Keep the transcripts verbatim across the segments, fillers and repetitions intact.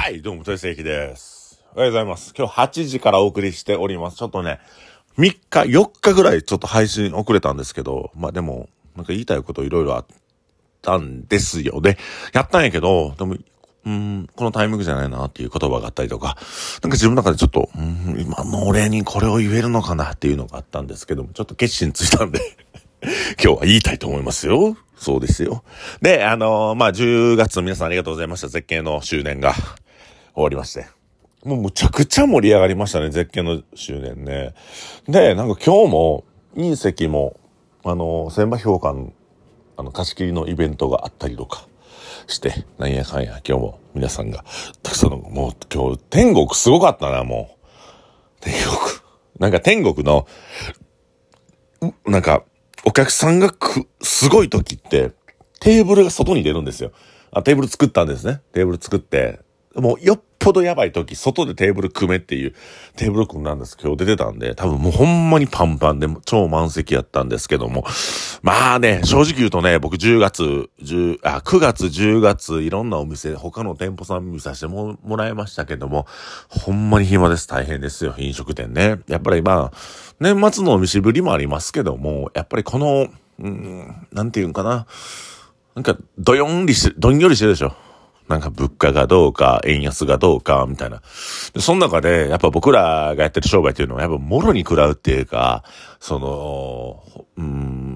はい、どうも、豊世紀です。おはようございます。今日はちじからお送りしております。ちょっとね、みっか、よっかぐらいちょっと配信遅れたんですけど、まあでも、なんか言いたいこといろいろあったんですよね。やったんやけど、でも、うーん、このタイミングじゃないなっていう言葉があったりとか、なんか自分の中でちょっと、うーん、今の俺にこれを言えるのかなっていうのがあったんですけども、ちょっと決心ついたんで、今日は言いたいと思いますよ。そうですよ。で、あのー、まあ、じゅうがつ皆さんありがとうございました。絶景の周年が終わりまして。もうむちゃくちゃ盛り上がりましたね、絶景の周年ね。で、なんか今日も、隕石も、あのー、千葉評価あの、貸し切りのイベントがあったりとかして、なんやかんや今日も皆さんが、たくさんの、もう今日天国すごかったな、もう。天国。なんか天国の、なんか、お客さんがく、すごい時って、テーブルが外に出るんですよ。あ、テーブル作ったんですね。テーブル作って、もうよっぽどやばい時、外でテーブル組めっていうテーブル組んだんです。今日出てたんで、多分もうほんまにパンパンで超満席やったんですけども。まあね、正直言うとね、僕じゅうがつ、じゅう、あ、くがつ、じゅうがつ、いろんなお店、他の店舗さん見させても、もらいましたけども、ほんまに暇です。大変ですよ、飲食店ね。やっぱりまあ、年末のお見しぶりもありますけども、やっぱりこの、うん、なんていうんかな。なんか、どよんりして、どんよりしてるでしょ。なんか物価がどうか、円安がどうか、みたいな。で、その中で、やっぱ僕らがやってる商売っていうのは、やっぱもろに食らうっていうか、その、うん、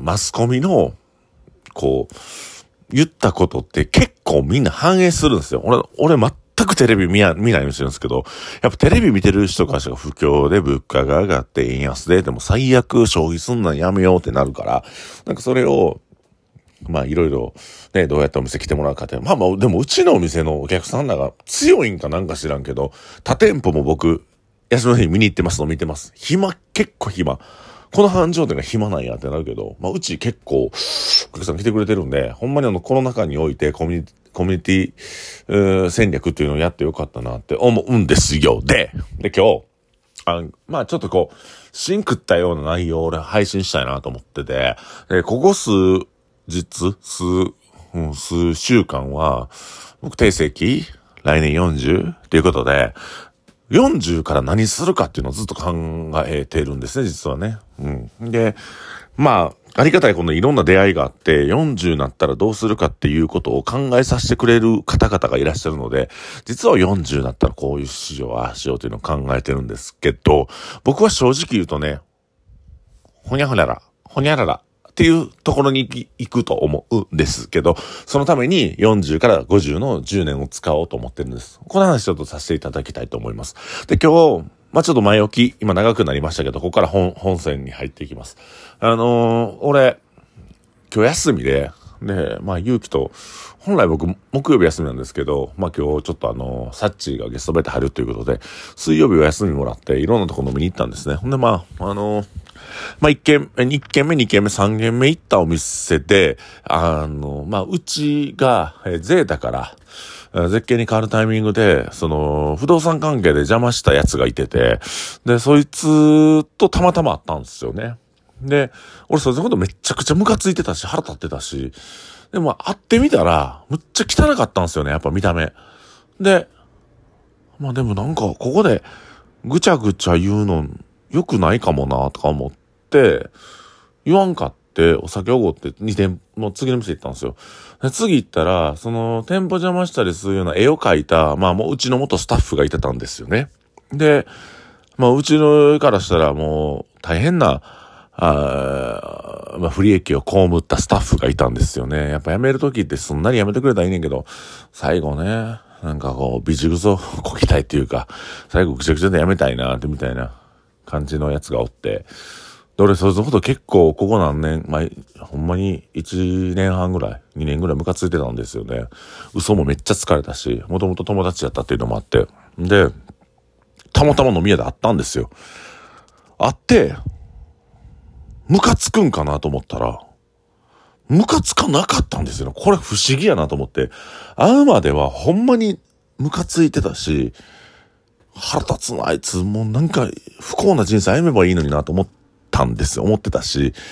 マスコミの、こう、言ったことって結構みんな反映するんですよ。俺、俺全くテレビ見や、見ないようにしてるんですけど、やっぱテレビ見てる人からしたら不況で物価が上がって円安で、でも最悪消費すんのやめようってなるから、なんかそれを、まあいろいろね、どうやってお店来てもらうかって。まあまあ、でもうちのお店のお客さんらが強いんかなんか知らんけど、他店舗も僕、休みの日見に行ってますの見てます。暇、結構暇。この繁盛店が暇なんやってなるけど、まあうち結構お客さん来てくれてるんで、ほんまにあのコロナ禍においてコミュニティ、コミュニティ、えー、戦略っていうのをやってよかったなって思うんですよ。で、で今日、あまあちょっとこう、芯食ったような内容を俺配信したいなと思ってて、でここ数、実、数、うん、数週間は、僕定世紀来年よんじゅうっていうことで、よんじゅうから何するかっていうのをずっと考えてるんですね、実はね。うん。で、まあ、ありがたいこのいろんな出会いがあって、よんじゅうになったらどうするかっていうことを考えさせてくれる方々がいらっしゃるので、実はよんじゅうになったらこういう市場はしようというのを考えてるんですけど、僕は正直言うとね、ほにゃほにゃら、ほにゃらら、っていうところに行くと思うんですけど、そのためによんじゅうからごじゅうのじゅうねんを使おうと思ってるんです。この話ちょっとさせていただきたいと思います。で、今日、まあ、ちょっと前置き、今長くなりましたけど、ここから本、本線に入っていきます。あのー、俺、今日休みで、で、まあ、ゆうきと、本来僕、木曜日休みなんですけど、まあ今日ちょっとあの、サッチーがゲストベータ入るということで、水曜日は休みもらって、いろんなところ飲みに行ったんですね。ほんでまあ、あのー、まあ、一軒、一軒目、二軒目、三軒目行ったお店で、あの、まあ、うちが、えゼータから、絶景に変わるタイミングで、その、不動産関係で邪魔したやつがいてて、で、そいつとたまたま会ったんですよね。で、俺そいつのことめっちゃくちゃムカついてたし、腹立ってたし、でも会ってみたら、むっちゃ汚かったんですよね、やっぱ見た目。で、まあでもなんか、ここで、ぐちゃぐちゃ言うの、良くないかもな、とか思って、言わんかって、お酒おごってに店、もう次の店行ったんですよ。で次行ったら、その、店舗邪魔したりするような絵を描いた、まあもううちの元スタッフがいてたんですよね。で、まあうちのからしたらもう、大変な、あまあ不利益を被ったスタッフがいたんですよね。やっぱ辞めるときってすんなり辞めてくれたらいいねんけど、最後ね、なんかこう、ビジグソこきたいっていうか、最後ぐちゃぐちゃで辞めたいなってみたいな感じのやつがおって、で俺そいつのこと結構ここ何年、まあ、ほんまにいちねんはんぐらい、にねんぐらいムカついてたんですよね。嘘もめっちゃ疲れたし、もともと友達やったっていうのもあって。で、たまたま飲み屋で会ったんですよ。会って、ムカつくんかなと思ったら、ムカつかなかったんですよ。これ不思議やなと思って。会うまではほんまにムカついてたし、腹立つなあいつ、もうなんか不幸な人生歩めばいいのになと思ったんですよ。思ってたし、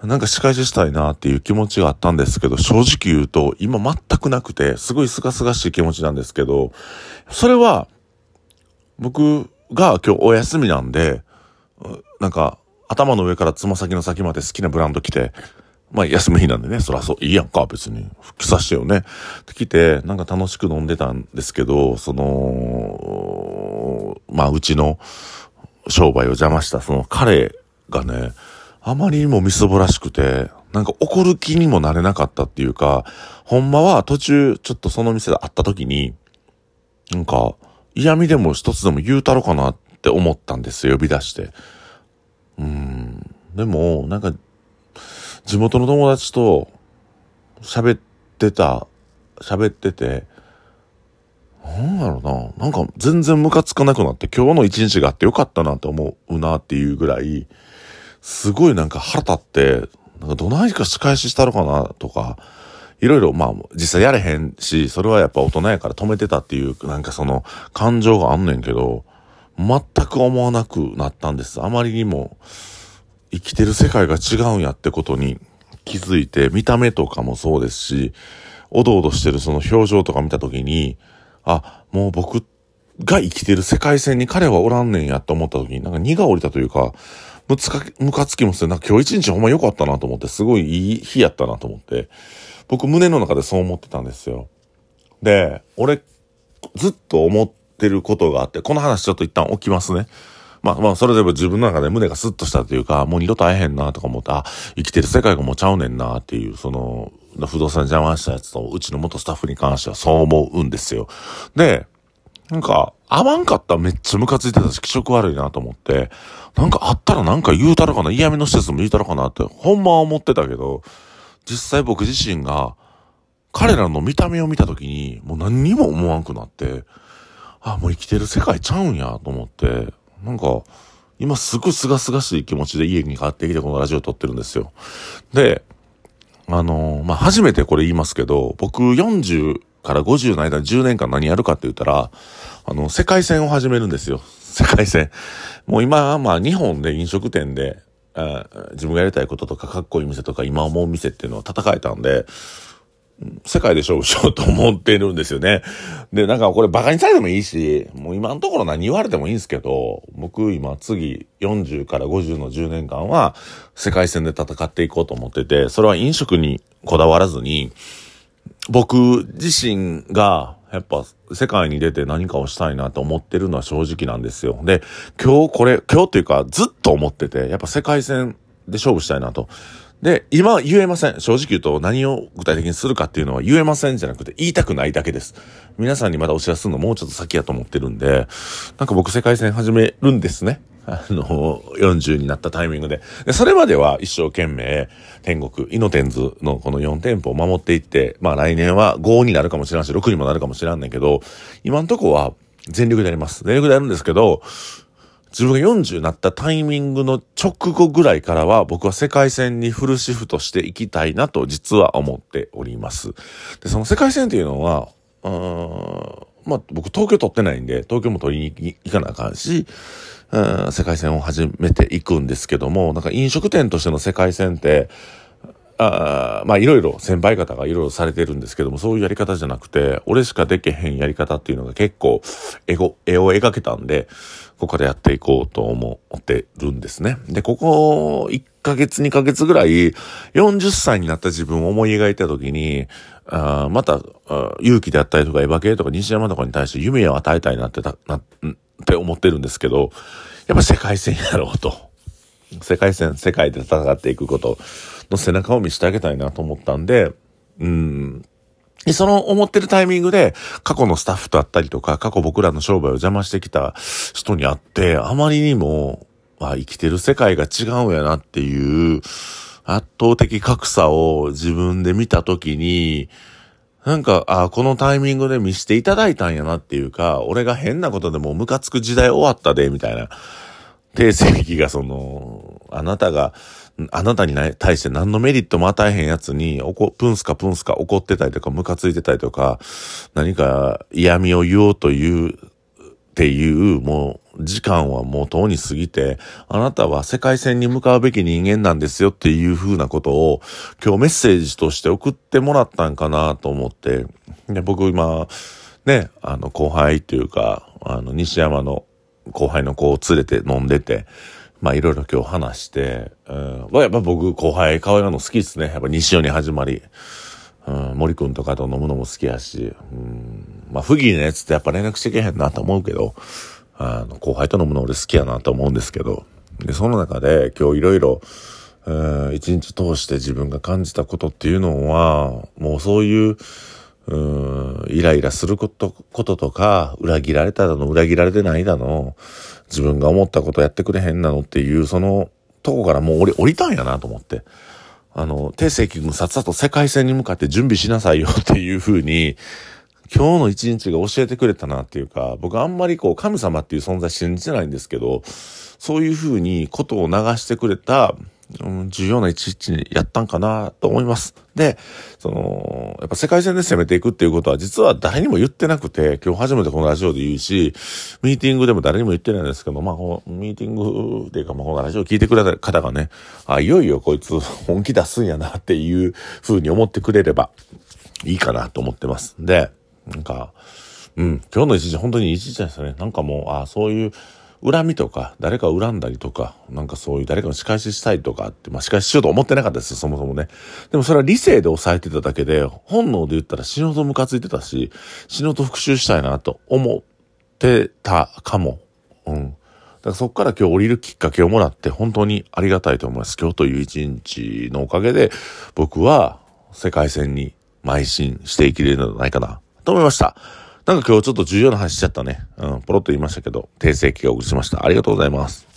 なんか仕返ししたいなっていう気持ちがあったんですけど、正直言うと今全くなくて、すごいすがすがしい気持ちなんですけど、それは僕が今日お休みなんで、なんか頭の上からつま先の先まで好きなブランド着て、まあ休み日なんでね、そらそう、いいやんか、別に。着さしてよね。って来て、なんか楽しく飲んでたんですけど、その、まあうちの商売を邪魔したその彼がね、あまりにもみすぼらしくて、なんか怒る気にもなれなかったっていうか、ほんまは途中ちょっとその店で会った時に、なんか嫌味でも一つでも言うたろかなって思ったんですよ、呼び出して。うーん。でも、なんか、地元の友達と喋ってた、喋ってて、なんだろうな、なんか全然ムカつかなくなって、今日の一日があってよかったなと思うなっていうぐらい、すごいなんか腹立って、なんかどないか仕返ししたのかなとか、いろいろまあ実際やれへんし、それはやっぱ大人やから止めてたっていう、なんかその感情があんねんけど、全く思わなくなったんです。あまりにも生きてる世界が違うんやってことに気づいて、見た目とかもそうですし、おどおどしてるその表情とか見たときに、あ、もう僕が生きてる世界線に彼はおらんねんやって思ったときに、なんか荷が下りたというか、むつか、ムカつきもする。なんか今日一日ほんま良かったなと思って、すごいいい日やったなと思って、僕胸の中でそう思ってたんですよ。で、俺、ずっと思ってることがあって、この話ちょっと一旦置きますね。まあまあ、それでも自分の中で胸がスッとしたというか、もう二度と会えへんなとか思った、生きてる世界がもうちゃうねんなっていう、その、不動産邪魔したやつと、うちの元スタッフに関してはそう思うんですよ。で、なんか、会わんかったらめっちゃムカついてたし、気色悪いなと思って、なんか会ったらなんか言うたろかな、嫌味の施設も言うたろかなって、ほんまは思ってたけど、実際僕自身が、彼らの見た目を見たときに、もう何にも思わんくなって、あ、もう生きてる世界ちゃうんやと思って、なんか、今すごいすがすがしい気持ちで家に帰ってきてこのラジオを撮ってるんですよ。で、あのー、まあ、初めてこれ言いますけど、僕よんじゅうからごじゅうの間にじゅうねんかん何やるかって言ったら、あの、世界戦を始めるんですよ。世界戦。もう今はまあ日本で飲食店で、あ自分がやりたいこととかかっこいい店とか今思う店っていうのは戦えたんで、世界で勝負しようと思ってるんですよね。で、なんかこれバカにされてもいいし、もう今のところ何言われてもいいんですけど、僕今次よんじゅうからごじゅうのじゅうねんかんは世界戦で戦っていこうと思ってて、それは飲食にこだわらずに、僕自身がやっぱ世界に出て何かをしたいなと思ってるのは正直なんですよ。で、今日これ、今日っていうかずっと思ってて、やっぱ世界戦で勝負したいなと。で、今は言えません。正直言うと何を具体的にするかっていうのは言えませんじゃなくて言いたくないだけです。皆さんにまだお知らせするのもうちょっと先やと思ってるんで、なんか僕世界戦始めるんですね。あの、よんじゅうになったタイミングで。で、それまでは一生懸命天国、イノテンズのこのよん店舗を守っていって、まあ来年はごになるかもしれんし、ろくにもなるかもしれんねんけど、今のとこは全力でやります。全力でやるんですけど、自分がよんじゅうになったタイミングの直後ぐらいからは僕は世界戦にフルシフトしていきたいなと実は思っております。で、その世界戦っていうのは、うーん、まあ僕東京取ってないんで、東京も取りに行かなあかんし、うん、世界戦を始めていくんですけども、なんか飲食店としての世界戦って、あまあいろいろ先輩方がいろいろされてるんですけども、そういうやり方じゃなくて、俺しかできへんやり方っていうのが結構絵を描けたんで、ここでやっていこうと思ってるんですね。で、ここいっかげつにかげつぐらいよんじゅっさいになった自分を思い描いた時に、あまた勇気であったりとかエヴァ系とか西山とかに対して夢を与えたいなってたなって思ってるんですけど、やっぱ世界戦やろうと。世界戦、世界で戦っていくことの背中を見せてあげたいなと思ったんで、うん。で、その思ってるタイミングで、過去のスタッフと会ったりとか、過去僕らの商売を邪魔してきた人に会って、あまりにも、あ、生きてる世界が違うんやなっていう、圧倒的格差を自分で見たときに、なんか、あ、このタイミングで見せていただいたんやなっていうか、俺が変なことでもうムカつく時代終わったで、みたいな。定世紀がその、あなたが、あなたに対して何のメリットも与えへんやつに、おこ、プンスかプンスか怒ってたりとか、ムカついてたりとか、何か嫌味を言おうという、っていう、もう、 時間はもうとうに過ぎて、あなたは世界線に向かうべき人間なんですよっていう風なことを今日メッセージとして送ってもらったんかなと思って、で僕今ね、あの後輩っていうか、あの西山の後輩の子を連れて飲んでて、まあいろいろ今日話して、うん、やっぱ僕後輩可愛がるの好きですね。やっぱ西尾に始まり、うん、森くんとかと飲むのも好きやし、うん、まあ不義なやつってやっぱ連絡してけへんなと思うけど、あの後輩と飲むの俺好きやなと思うんですけど、でその中で今日いろいろ一日通して自分が感じたことっていうのは、もうそういううーんイライラすること、こととか、裏切られただの、裏切られてないだの、自分が思ったことやってくれへんなのっていう、そのとこからもう俺降りたんやなと思って。あの、定世君さっさと世界線に向かって準備しなさいよっていう風に、今日の一日が教えてくれたなっていうか、僕あんまりこう神様っていう存在信じてないんですけど、そういう風にことを流してくれた、うん、重要な一日やったんかなと思います。で、その、やっぱ世界線で攻めていくっていうことは実は誰にも言ってなくて、今日初めてこのラジオで言うし、ミーティングでも誰にも言ってないんですけど、まあ、このミーティングっていうか、まあ、このラジオ聞いてくれた方がね、あ、いよいよこいつ本気出すんやなっていう風に思ってくれればいいかなと思ってます。で、なんか、うん、今日の一日本当に一日ですね。なんかもう、あ、そういう、恨みとか、誰かを恨んだりとか、なんかそういう誰かの仕返ししたいとかって、まあ仕返ししようと思ってなかったですよ、そもそもね。でもそれは理性で抑えてただけで、本能で言ったら死ぬほどムカついてたし、死ぬほど復讐したいなと思ってたかも。うん。だからそっから今日降りるきっかけをもらって本当にありがたいと思います。今日という一日のおかげで、僕は世界線に邁進していけるのではないかなと思いました。なんか今日ちょっと重要な話しちゃったね。うん、ポロッと言いましたけど、訂正記がお送りしました。ありがとうございます。